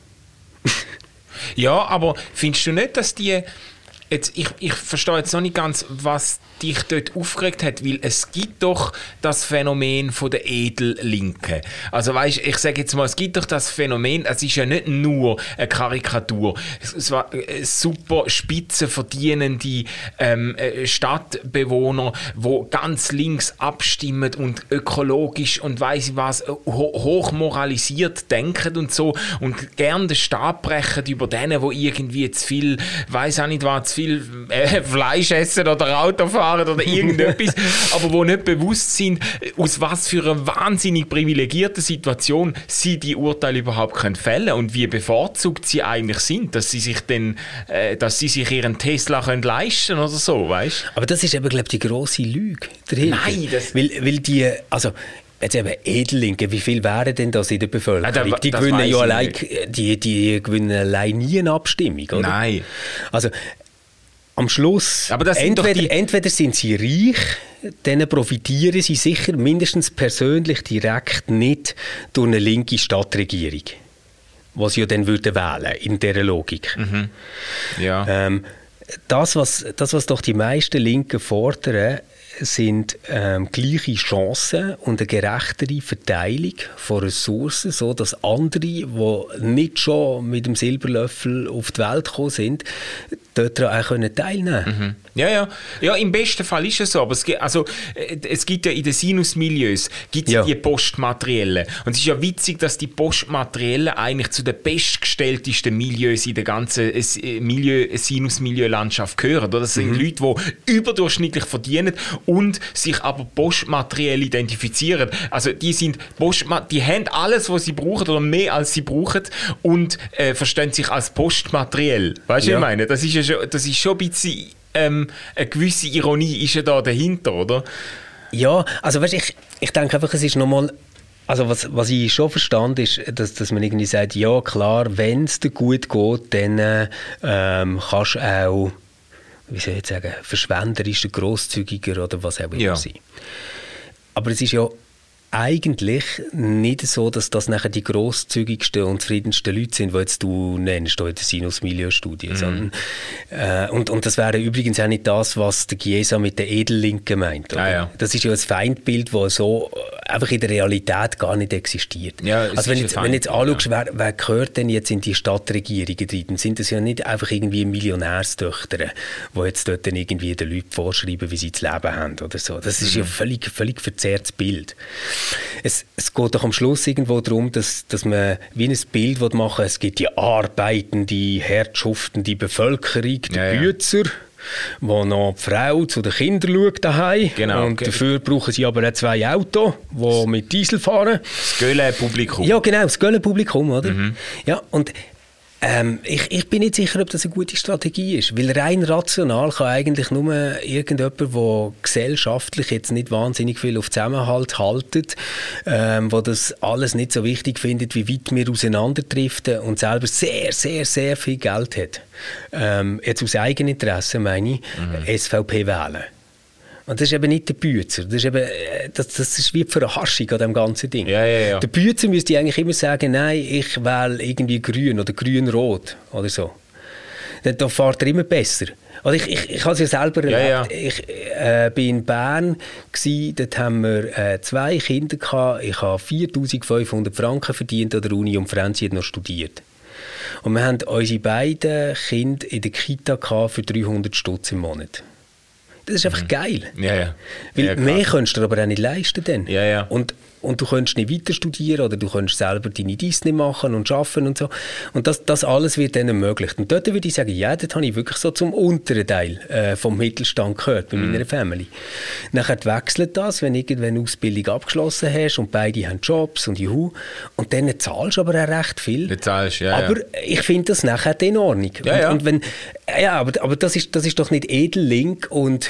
Ja, aber findest du nicht, dass die... Jetzt, ich, ich verstehe jetzt noch nicht ganz, was dich dort aufgeregt hat, weil es gibt doch das Phänomen von der Edellinken. Also weißt, ich sage jetzt mal, es gibt doch das Phänomen, es ist ja nicht nur eine Karikatur. Es, es war super spitzenverdienende ähm, Stadtbewohner, die ganz links abstimmen und ökologisch und weiss ich was, ho- hochmoralisiert denken und so und gerne den Stab brechen über denen, die irgendwie zu viel, weiss auch nicht was, zu viel viel äh, Fleisch essen oder Auto fahren oder irgendetwas, aber wo nicht bewusst sind, aus was für einer wahnsinnig privilegierten Situation sie die Urteile überhaupt können fällen und wie bevorzugt sie eigentlich sind, dass sie sich denn, äh, dass sie sich ihren Tesla können leisten oder so, weißt? Aber das ist eben, glaube ich, die grosse Lüge dahinter. Nein, das... Weil, weil die, also... Jetzt eben Edellinke, wie viel wären denn das in der Bevölkerung? Ja, da, die gewinnen ja allein, die, die gewinnen allein nie eine Abstimmung, oder? Nein. Also am Schluss, aber das sind entweder, doch die... entweder sind sie reich, dann profitieren sie sicher mindestens persönlich direkt nicht durch eine linke Stadtregierung, was sie ja dann würden wählen in dieser Logik. Mhm. Ja. Ähm, das, was, das, was doch die meisten Linken fordern, sind ähm, gleiche Chancen und eine gerechtere Verteilung von Ressourcen, so dass andere, die nicht schon mit dem Silberlöffel auf die Welt gekommen sind, dort auch können teilnehmen können. Mhm. Ja, ja. Ja, im besten Fall ist es so, aber es gibt, also, es gibt ja in den Sinusmilieus gibt's ja die Postmateriellen. Und es ist ja witzig, dass die Postmateriellen eigentlich zu den bestgestelltesten Milieus in der ganzen Milieu, Sinusmilieu-Landschaft gehören. Oder? Das sind mhm. Leute, die überdurchschnittlich verdienen und sich aber postmateriell identifizieren. Also die sind Postma- die haben alles, was sie brauchen oder mehr als sie brauchen und äh, verstehen sich als postmateriell. Weißt du, ja. was ich meine? Das ist ja schon, das ist schon ein bisschen ähm, eine gewisse Ironie ist ja da dahinter, oder? Ja, also weißt, ich, ich denke einfach, es ist nochmal, also was, was ich schon verstand, ist, dass, dass man irgendwie sagt, ja klar, wenn es dir gut geht, dann ähm, kannst du auch, wie soll ich jetzt sagen, verschwenderischer, grosszügiger oder was auch immer ja. sein. Aber es ist ja eigentlich nicht so, dass das nachher die grosszügigsten und zufriedensten Leute sind, die jetzt du nennst, in der Sinus-Milieu-Studie. Mhm. Äh, und, und das wäre übrigens auch nicht das, was der Chiesa mit der Edellinken meint. Ah, ja. Das ist ja ein Feindbild, das so einfach in der Realität gar nicht existiert. Ja, also wenn, jetzt, wenn du jetzt anschaust, ja. wer, wer gehört denn jetzt in die Stadtregierungen drin, dann sind das ja nicht einfach irgendwie Millionärstöchter, die jetzt dort dann irgendwie den Leuten vorschreiben, wie sie zu leben haben oder so. Das ist mhm. ja völlig, völlig verzerrtes Bild. Es, es geht doch am Schluss irgendwo darum, dass, dass man wie ein Bild machen will. Es gibt die arbeitende, herrschaftende Bevölkerung, die ja, Bützer, ja. wo noch die Frau zu den Kindern schaut daheim. Genau. Und dafür brauchen sie aber auch zwei Autos, die mit Diesel fahren. Das Gölle-Publikum. Ja, genau, das Gölle-Publikum, oder? Mhm. Ja, und Ähm, ich, ich bin nicht sicher, ob das eine gute Strategie ist, weil rein rational kann eigentlich nur irgendjemand, der gesellschaftlich jetzt nicht wahnsinnig viel auf Zusammenhalt haltet, ähm, der das alles nicht so wichtig findet, wie weit wir auseinanderdriften und selber sehr, sehr, sehr viel Geld hat. Ähm, jetzt aus Eigeninteresse meine ich, mhm. S V P wählen. Und das ist eben nicht der Bützer. Das ist, eben, das, das ist wie die Verarschung an dem ganzen Ding. Ja, ja, ja. Der Bützer müsste eigentlich immer sagen, nein, ich wähle irgendwie grün oder grün-rot oder so. Dann, dann fährt er immer besser. Also ich, ich, ich habe es ja selber ja, erlebt. ja. Ich äh, war in Bern, gewesen, dort haben wir äh, zwei Kinder gehabt. Ich habe viertausendfünfhundert Franken verdient an der Uni und Franzi hat noch studiert. Und wir haben unsere beiden Kinder in der Kita gehabt für dreihundert Stutz im Monat. Das ist einfach mhm. geil. Ja, ja. Weil ja, mehr kannst du dir aber auch nicht leisten dann. Ja, ja. Und, und du kannst nicht weiter studieren oder du kannst selber deine Disney machen und arbeiten und so. Und das, das alles wird dann ermöglicht. Und dort würde ich sagen, ja, dort habe ich wirklich so zum unteren Teil äh, vom Mittelstand gehört, bei mm. meiner Family. Nachher wechselt das, wenn du irgendwann eine Ausbildung abgeschlossen hast und beide haben Jobs und juhu. Und dann zahlst du aber auch recht viel. Du zahlst, ja, aber ja. ich finde das nachher in Ordnung. Ja, und, ja. und wenn, ja, aber, aber das, ist, das ist doch nicht edellink und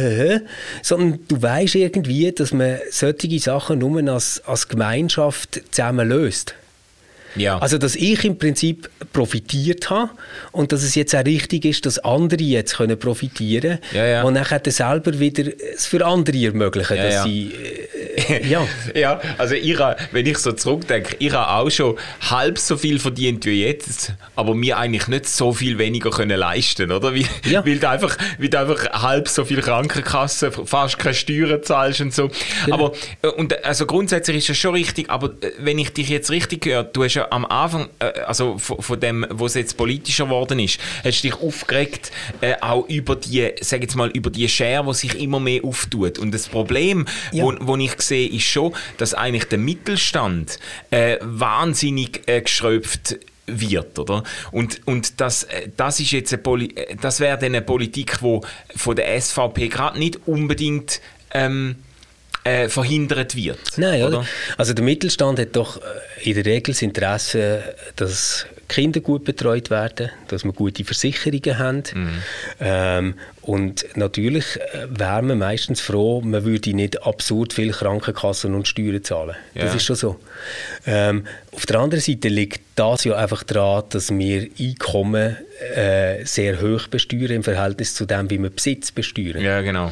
sondern du weißt irgendwie, dass man solche Sachen nur als, als Gemeinschaft zusammen löst. Ja. Also, dass ich im Prinzip profitiert habe und dass es jetzt auch richtig ist, dass andere jetzt können profitieren können ja, ja. und dann selber wieder es für andere ermöglichen, ja, dass ja. sie äh, ja. ja, also ich, wenn ich so zurückdenke, ich habe auch schon halb so viel verdient wie jetzt, aber mir eigentlich nicht so viel weniger können leisten, oder? Weil, ja. weil, du einfach, weil du einfach halb so viel Krankenkasse, fast keine Steuern zahlst und so. Genau. Aber und also grundsätzlich ist das schon richtig, aber wenn ich dich jetzt richtig höre, du hast ja am Anfang, also von, von dem, wo es jetzt politischer geworden ist, hast du dich aufgeregt, äh, auch über die, sag jetzt mal, über die Schere, die sich immer mehr auftut. Und das Problem, ja. wo, wo ich sehe, ist schon, dass eigentlich der Mittelstand äh, wahnsinnig äh, geschröpft wird, oder? Und, und das, das ist jetzt eine Poli- das wäre dann eine Politik, die von der S V P gerade nicht unbedingt ähm, Äh, verhindert wird. Nein, oder? oder? Also der Mittelstand hat doch in der Regel das Interesse, dass Kinder gut betreut werden, dass wir gute Versicherungen haben. Mhm. Ähm, und natürlich wäre man meistens froh, man würde nicht absurd viel Krankenkassen und Steuern zahlen. Ja. Das ist schon so. Ähm, auf der anderen Seite liegt das ja einfach daran, dass wir Einkommen äh, sehr hoch besteuern im Verhältnis zu dem, wie wir Besitz besteuern. Ja, genau.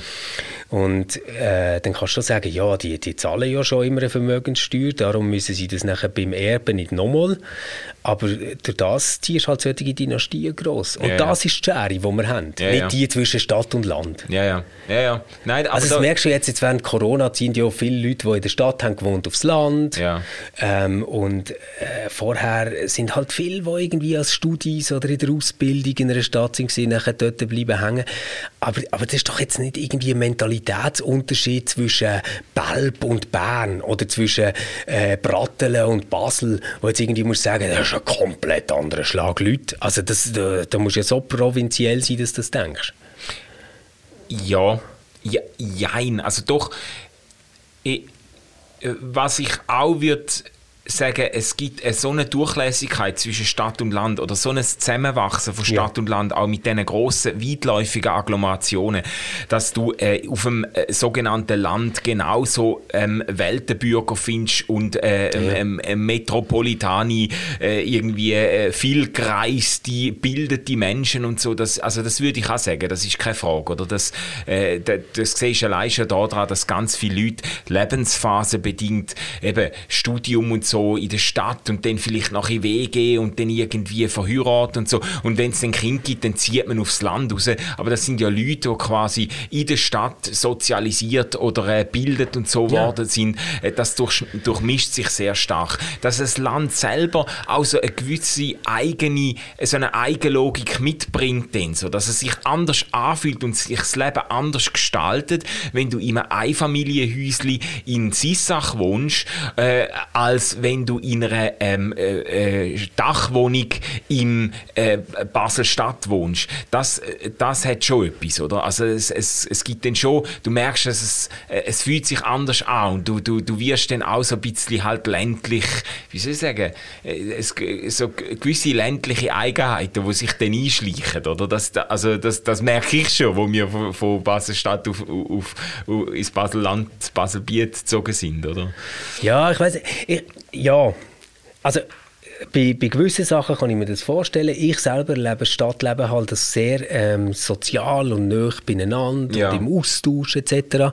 Und äh, dann kannst du sagen, ja, die, die zahlen ja schon immer eine Vermögenssteuer, darum müssen sie das nachher beim Erben nicht nochmal. Aber durch das ziehst du halt solche Dynastien gross. Und ja, das ja. ist die Schere, die wir haben. Ja, nicht ja. die zwischen Stadt und Land. Ja, ja. ja, ja. Nein, aber also das da merkst du jetzt, jetzt während Corona ziehen ja viele Leute, die in der Stadt haben gewohnt, aufs Land. Ja. Ähm, und äh, vorher sind halt viele, die irgendwie als Studis oder in der Ausbildung in einer Stadt sind, nachher dort bleiben hängen. Aber, aber das ist doch jetzt nicht irgendwie ein Mentalitätsunterschied zwischen Belp und Bern oder zwischen äh, Brattelen und Basel, wo jetzt irgendwie musst sagen, das ist ein komplett anderer Schlag Leute. Also das, da, da musst du ja so provinziell sein, dass du das denkst. Ja, ja, jein. Also doch, ich, was ich auch würde sagen, es gibt so eine Durchlässigkeit zwischen Stadt und Land oder so ein Zusammenwachsen von Stadt ja. und Land, auch mit diesen grossen, weitläufigen Agglomerationen, dass du äh, auf dem äh, sogenannten Land genauso ähm, Weltenbürger findest und äh, ja. ähm, äh, Metropolitani, äh, irgendwie äh, vielgereiste, bildete Menschen und so. Das, also das würde ich auch sagen, das ist keine Frage. Oder? Das, äh, das, das siehst du allein schon daran, dass ganz viele Leute lebensphasenbedingt eben Studium und so so in der Stadt und dann vielleicht nach in W G und dann irgendwie verheiratet und so. Und wenn es ein Kind gibt, dann zieht man aufs Land raus. Aber das sind ja Leute, die quasi in der Stadt sozialisiert oder äh, bildet und so ja. worden sind. Äh, das durch, durchmischt sich sehr stark. Dass das Land selber auch so eine gewisse eigene, so eine Eigenlogik mitbringt, denn, so, dass es sich anders anfühlt und sich das Leben anders gestaltet, wenn du in einem Einfamilienhäuschen in Sissach wohnst, äh, als wenn du in einer ähm, äh, Dachwohnung in äh, Basel-Stadt wohnst. Das, das hat schon etwas, oder? Also es, es, es gibt dann schon, du merkst, dass es, es fühlt sich anders an und du, du, du wirst dann auch so ein bisschen halt ländlich, wie soll ich sagen, es, so gewisse ländliche Eigenheiten, die sich dann einschleichen, oder? Das, also das, das merke ich schon, wo wir von, von Basel-Stadt auf, auf, auf, ins Basel-Land, Basel-Biet gezogen sind, oder? Ja, ich weiss, ich, ja, also bei, bei gewissen Sachen kann ich mir das vorstellen. Ich selber lebe Stadtleben halt sehr ähm, sozial und nah beieinander ja. und im Austausch et cetera.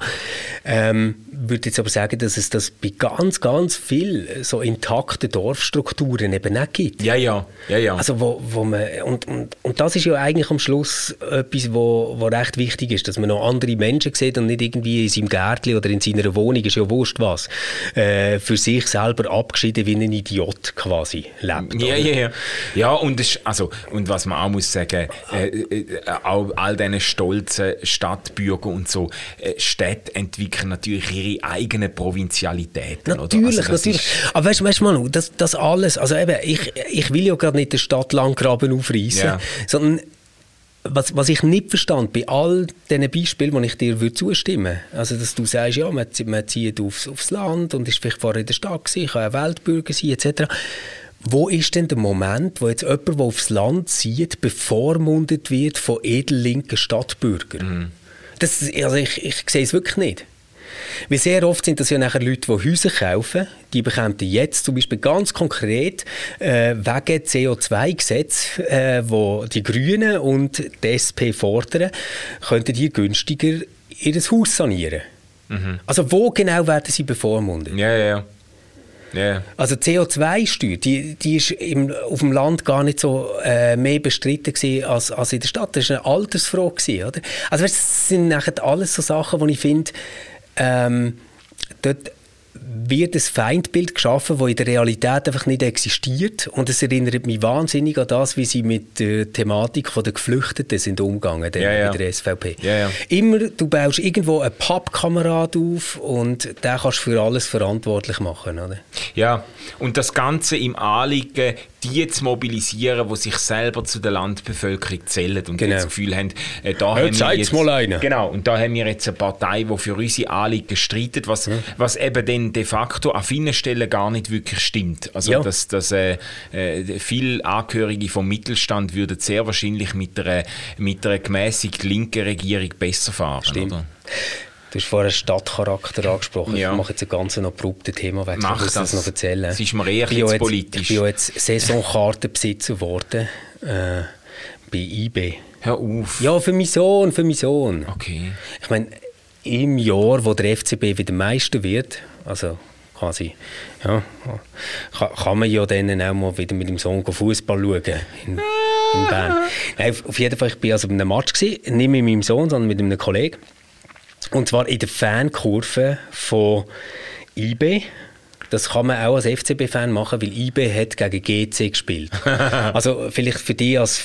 Ähm, würde jetzt aber sagen, dass es das bei ganz, ganz viel so intakten Dorfstrukturen eben nicht gibt. Ja, ja, ja, ja. Also wo, wo man, und, und, und das ist ja eigentlich am Schluss etwas, wo, wo recht wichtig ist, dass man noch andere Menschen sieht und nicht irgendwie in seinem Gärtchen oder in seiner Wohnung, ist ja wurscht was, äh, für sich selber abgeschieden wie ein Idiot quasi. lebt. Ja, ja, ja. Ja, und, das, also, und was man auch muss sagen, äh, äh, auch all diese stolzen Stadtbürger und so, äh, Städte entwickeln natürlich ihre eigenen Provinzialitäten. Natürlich, oder? Also natürlich. Aber weißt du, weißt, Manu, das, das alles, also eben, ich, ich will ja gerade nicht den Stadtlandgraben aufreißen, Ja. sondern was, was ich nicht verstand bei all diesen Beispielen, die ich dir würde zustimmen würde, also dass du sagst, ja, man, man zieht aufs, aufs Land und ist vielleicht vorher in der Stadt gewesen, kann ein Weltbürger sein, et cetera. Wo ist denn der Moment, wo jetzt jemand, der aufs Land zieht, bevormundet wird von edellinken Stadtbürgern? Mhm. Das, also ich, ich sehe es wirklich nicht. Weil sehr oft sind das ja nachher Leute, die Häuser kaufen, die bekommen jetzt zum Beispiel ganz konkret äh, wegen C O zwei Gesetz, äh, wo die Grünen und die S P fordern, könnten die günstiger ihr Haus sanieren. Mhm. Also wo genau werden sie bevormundet? Ja, ja, ja. Yeah. Also die C O zwei Steuer, die, die ist im, auf dem Land gar nicht so äh, mehr bestritten gewesen als, als in der Stadt. Das war eine Altersfrage gewesen, oder? Also weißt, das sind nachher alles so Sachen, wo ich finde, ähm, dort wird ein Feindbild geschaffen, das in der Realität einfach nicht existiert. Und es erinnert mich wahnsinnig an das, wie sie mit der Thematik der Geflüchteten sind umgegangen ja, ja. mit der S V P. Ja, ja. Immer, du baust irgendwo einen Pappkamerad auf und den kannst du für alles verantwortlich machen, oder? Ja, und das Ganze im Anliegen, die zu mobilisieren, die sich selber zu der Landbevölkerung zählen und genau. das Gefühl haben, äh, da ja, haben wir jetzt, mal einen. Genau, und da haben wir jetzt eine Partei, die für unsere Anliegen streitet, was, ja. was eben dann de facto an vielen Stellen gar nicht wirklich stimmt. Also, ja. dass, dass äh, äh, viele Angehörige vom Mittelstand würden sehr wahrscheinlich mit einer, mit einer gemäßigt linken Regierung besser fahren. Stimmt. Oder? Du hast vorhin Charakter angesprochen. Ja. Ich mache jetzt ein ganz abruptes Thema weg. Mach ich muss das noch erzählen. Das ist mir eher ich jetzt politisch. Ich bin ja jetzt Saisonkartenbesitzer geworden äh, bei eBay. Hör auf. Ja, für meinen Sohn, für meinen Sohn. Okay. Ich meine, im Jahr, wo der F C B wieder Meister wird, also quasi, ja, kann, kann man ja dann auch mal wieder mit dem Sohn Fußball schauen in, in Bern. Nein, auf jeden Fall, ich war also bei einem Match gewesen, nicht mit meinem Sohn, sondern mit einem Kollegen. Und zwar in der Fankurve von eBay. Das kann man auch als F C B-Fan machen, weil eBay hat gegen G C gespielt. Also vielleicht für dich als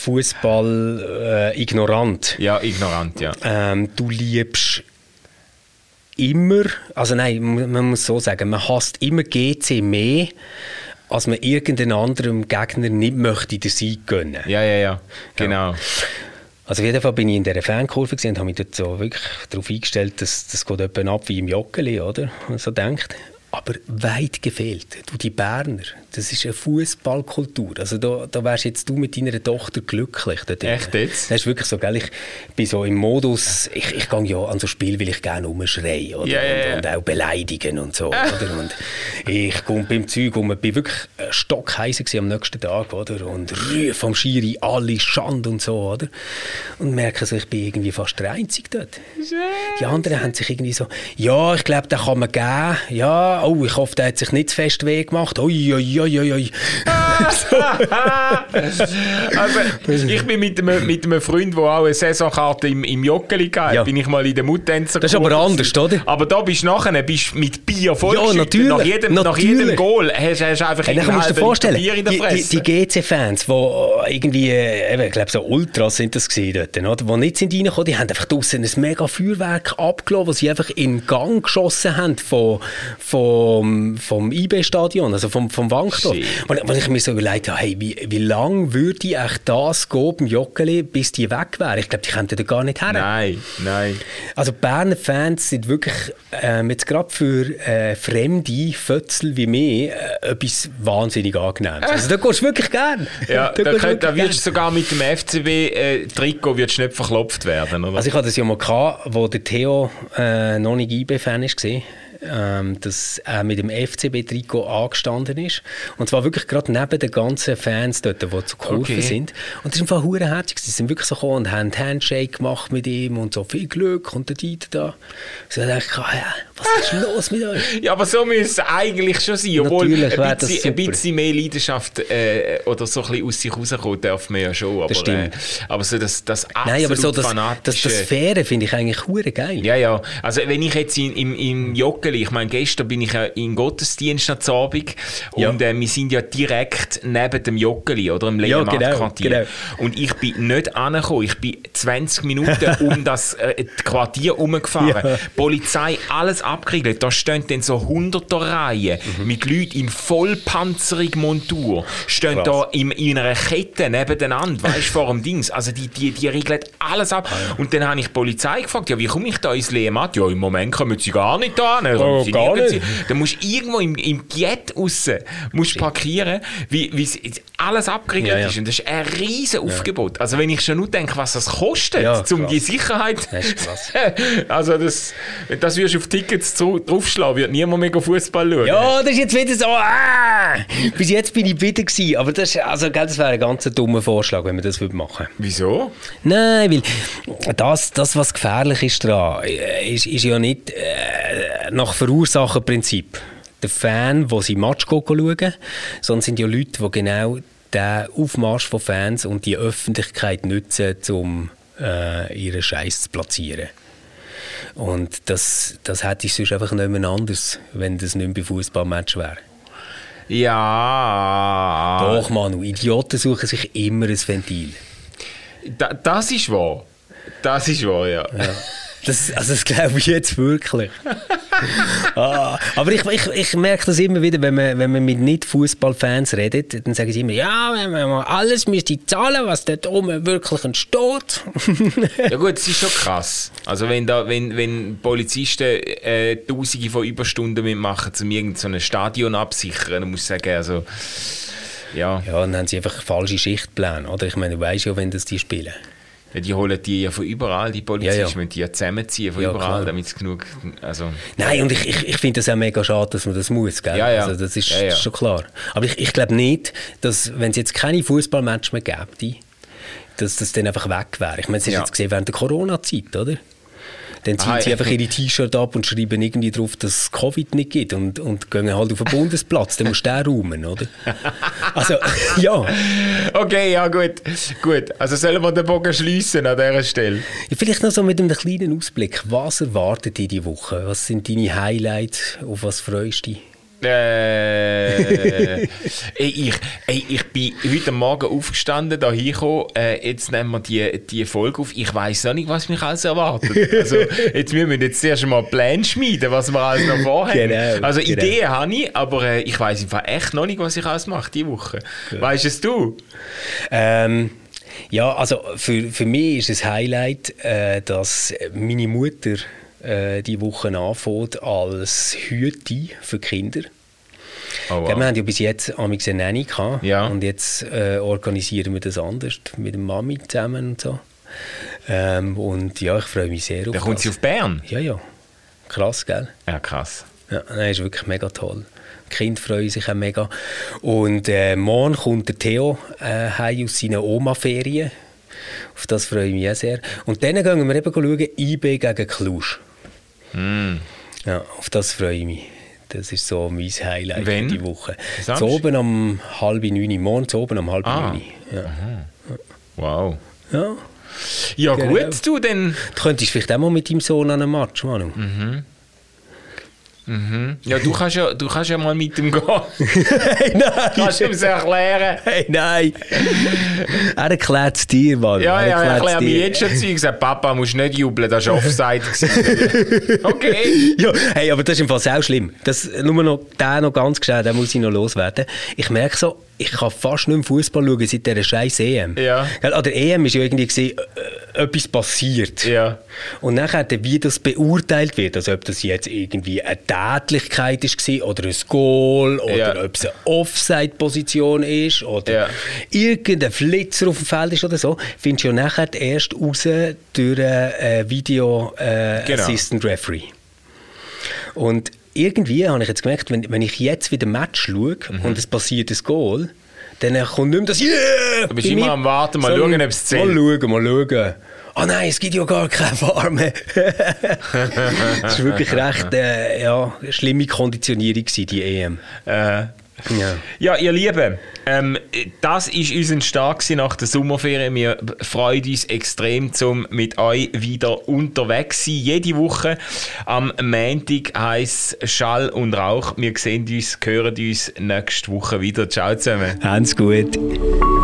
Fußball äh, ignorant. Ja, ignorant, ja. Ähm, du liebst immer, also nein, man muss so sagen, man hasst immer G C mehr, als man irgendeinem anderen Gegner nicht möchte den Sieg gönnen. Ja, ja, ja, genau. Ja. Also auf jeden Fall bin ich in dieser Fankurve und habe mich dort so wirklich darauf eingestellt, dass das geht etwa ab wie im Joggeli, oder? Und so denkt. Aber weit gefehlt. Du, die Berner, das ist eine Fußballkultur. Also da, da wärst jetzt du mit deiner Tochter glücklich. Echt jetzt? Das ist wirklich so, gell? Ich bin so im Modus, ich, ich gehe ja an so Spiel, weil ich gerne rumschreie, oder? Ja, ja, ja. Und, und auch beleidigen und so, oder? Und ich komme beim Zeug um, ich bin wirklich stockheiß am nächsten Tag, oder? Und rufe vom Schiri alle Schande und so, oder? Und merke so, ich bin irgendwie fast der Einzige dort. Die anderen haben sich irgendwie so, ja, ich glaube, den kann man geben, ja, oh, ich hoffe, der hat sich nicht zu fest weh gemacht. Ui, ui, ui, ui, ui. Also, ich bin mit einem, mit einem Freund, der auch eine Saisonkarte im, im Joggeli hatte, ja. bin ich mal in der Muttänzer. Das ist aber anders, oder? Aber da bist du nachher bist mit Bier vollgeschüttet. Ja, natürlich. Nach jedem, nach jedem Goal hast du einfach hey, einen halben vorstellen, Bier in der Fresse. Die, die, die G C-Fans, die irgendwie, ich glaube so Ultras sind das gewesen dort, oder? Die nicht sind reingekommen, die haben einfach draussen ein mega Feuerwerk abgelassen, das sie einfach in Gang geschossen haben von, vom, vom eBay-Stadion, also vom, vom Wankdorf. Und wenn ich mir so überlegt habe, hey, wie, wie lange würde ich echt das gehen beim Joggeli, bis die weg wären? Ich glaube, die kämen da gar nicht her. Nein, nein. Also Berner Fans sind wirklich ähm, jetzt gerade für äh, fremde Fötzel wie mich äh, etwas wahnsinnig Angenehmes. Also da gehst du wirklich gern. Ja, da, da, könnt, da würdest du sogar mit dem F C B-Trikot äh, nicht verklopft werden, oder? Also ich hatte das ja mal gehabt, wo der Theo äh, noch nicht I B-Fan war. Ähm, dass er mit dem F C B-Trikot angestanden ist. Und zwar wirklich gerade neben den ganzen Fans dort, die zur Kurve okay. sind. Und das ist einfach verdammt herzig. Sie sind wirklich so gekommen und haben einen Handshake gemacht mit ihm und so viel Glück und der Dieter da. So dachte ich, ja, was ist los mit euch? Ja, aber so müsste es eigentlich schon sein. Obwohl ein bisschen, ein bisschen mehr Leidenschaft äh, oder so ein bisschen aus sich rauskommen darf man ja schon. Aber, das stimmt. Äh, aber so das, das absolut Nein, aber so das, fanatische... Das, das Faire finde ich eigentlich verdammt geil. Ja, ja. Also wenn ich jetzt in, im, im Joggeli Joggeli. Ich meine, gestern bin ich ja in Gottesdienst am Abend Ja. und äh, wir sind ja direkt neben dem Joggeli oder im Ja, genau, Lehrmarktquartier. genau. Und ich bin nicht angekommen. Ich bin zwanzig Minuten um das äh, Quartier herumgefahren. Ja. Polizei, alles abgeriegelt. Da stehen dann so hunderter Reihen Mhm. mit Leuten in Vollpanzerung Montur. Stehen Krass. da in, in einer Kette nebeneinander, weißt du, vor dem Dings. Also die, die, die regeln alles ab. Und dann habe ich die Polizei gefragt, ja, wie komme ich da ins Lehmatt? Ja, im Moment kommen sie gar nicht da. Oh, Sie gar nirgends- nicht? Dann musst du irgendwo im, im Giet raus musst parkieren, wie, wie es alles abgeriegelt Ja, ja. ist. Und das ist ein riesen Aufgebot. Also wenn ich schon nur denke, was das kostet, Ja, um krass. die Sicherheit... Das ist krass. also das, wenn das würdest du auf Tickets zu, draufschlagen, wird niemand mehr Fußball schauen. Ja, das ist jetzt wieder so. Ah! Bis jetzt bin ich wieder gewesen, aber das, ist- also, gell, das wäre ein ganz dummer Vorschlag, wenn wir das machen würden. Wieso? Nein, weil das, das was gefährlich ist daran, äh, ist, ist ja nicht äh, nach Verursacherprinzip der Fan, der sie Match schauen, sondern sind ja Leute, die genau den Aufmarsch von Fans und die Öffentlichkeit nutzen, um äh, ihren Scheiß zu platzieren. Und das, das hätte ich sonst einfach nicht mehr anders, wenn das nicht mehr bei Fußballmatch wäre. Ja. Doch, Manu, Idioten suchen sich immer ein Ventil. Da, das ist wahr. Das ist wahr, ja. Das, also das glaube ich jetzt wirklich. ah, aber ich, ich, ich merke das immer wieder, wenn man, wenn man mit Nicht-Fußballfans redet, dann sagen sie immer, ja, wenn man alles müsste zahlen, was dort oben wirklich entsteht. Ja gut, es ist schon krass. Also wenn, da, wenn, wenn Polizisten äh, Tausende von Überstunden mitmachen, um irgendein so ein Stadion absichern, dann muss ich sagen, also ja, Ja, dann haben sie einfach falsche Schichtpläne, oder? Ich meine, du weißt ja, wenn das die spielen. die holen die ja von überall, die Polizisten, Ja, ja. müssen die ja zusammenziehen von Ja, überall, klar. damit es genug, also Nein, und ich, ich, ich finde das auch mega schade, dass man das muss, gell? Ja, ja. Also das ist, Ja, ja. das ist schon klar. Aber ich, ich glaube nicht, dass, wenn es jetzt keine Fußballmatches mehr gäbe, dass das dann einfach weg wäre. Ich meine, es ist Ja. jetzt gesehen während der Corona-Zeit, oder? Dann ziehen Ah, sie ja. einfach ihre T-Shirt ab und schreiben irgendwie drauf, dass es Covid nicht gibt und, und gehen halt auf den Bundesplatz. Dann musst du den räumen, oder? Also, ja. okay, ja gut, gut. Also sollen wir den Bogen schliessen an dieser Stelle? Vielleicht noch so mit einem kleinen Ausblick. Was erwartet dich diese Woche? Was sind deine Highlights? Auf was freust du dich? Äh, ey, ich, ey, ich bin heute Morgen aufgestanden, da hingekommen. Äh, jetzt nehmen wir die, die Folge auf. Ich weiss noch nicht, was mich alles erwartet. Also, jetzt müssen wir jetzt erst mal Pläne schmieden, was wir alles noch vorhaben. Genau, also, genau. Ideen habe ich, aber äh, ich weiss im Fall echt noch nicht, was ich alles mache diese Woche. Weißt es du? Ähm, ja, also für, für mich ist ein Highlight, äh, dass meine Mutter äh, die Woche anfängt als Hüte für Kinder. Oh, wow. Ja, wir haben ja bis jetzt amigs eine Nanny gehabt Ja. und jetzt äh, organisieren wir das anders mit der Mami zusammen und so. Ähm, und ja, ich freue mich sehr auf Dann kommt das. sie auf Bern. Ja, ja. Krass, gell? Ja, krass. Ja, das ist wirklich mega toll. Die Kinder freuen sich auch mega. Und äh, morgen kommt der Theo äh, heim aus seinen Oma-Ferien. Auf das freue ich mich auch sehr. Und dann gehen wir eben schauen, I B gegen Cluj. Mm. Ja, auf das freue ich mich. Das ist so mein Highlight Wenn? für die Woche. Samstag? Zu oben um halb neun, morgen zu oben um halb Ah. neun. Ja. Wow. Ja. Ja, Genau. gut, du, dann. Du könntest vielleicht auch mal mit deinem Sohn an einem Match, Manu. Ja, du kannst ja, du kannst ja mal mit ihm gehen. Hey, nein! Kannst du ihm das erklären? Hey, nein! Er erklärt es dir, Mann. Ja, Er ja, ich erklärt's erkläre mir dir. jetzt schon Zeug. Ich sage, Papa, musst nicht jubeln, das war Offside. gewesen. Okay. Ja, hey, aber das ist im Fall sehr schlimm. Das, nur noch, der noch ganz schnell, den muss ich noch loswerden. Ich merke so, ich kann fast nicht mehr Fußball schauen seit dieser scheiß E M. Ja. Gell, an der E M war ja irgendwie gewesen, äh, etwas passiert. Ja. Und nachher, wie das beurteilt wird, also ob das jetzt irgendwie eine Tätlichkeit war oder ein Goal oder Ja. ob es eine Offside-Position ist oder Ja. irgendein Flitzer auf dem Feld ist oder so, findest du ja nachher erst raus durch einen Video äh, Genau. Assistant Referee. Und irgendwie habe ich jetzt gemerkt, wenn, wenn ich jetzt wieder ein Match schaue und es passiert ein Goal, dann kommt nicht mehr das «Yeah!» Du bist bei immer mir, am Warten, mal sondern schauen, ob es zählt. Mal schauen, mal schauen. Ah nein, es gibt ja gar keine V A R mehr. Das war wirklich recht äh, ja, schlimme Konditionierung gewesen, die E M. Äh, Ja. Ja, ihr Lieben, ähm, das war unser Start nach der Sommerferien. Wir freuen uns extrem, um mit euch wieder unterwegs zu sein. Jede Woche am Montag heisst Schall und Rauch. Wir sehen uns, hören uns nächste Woche wieder. Ciao zusammen. Habt's gut.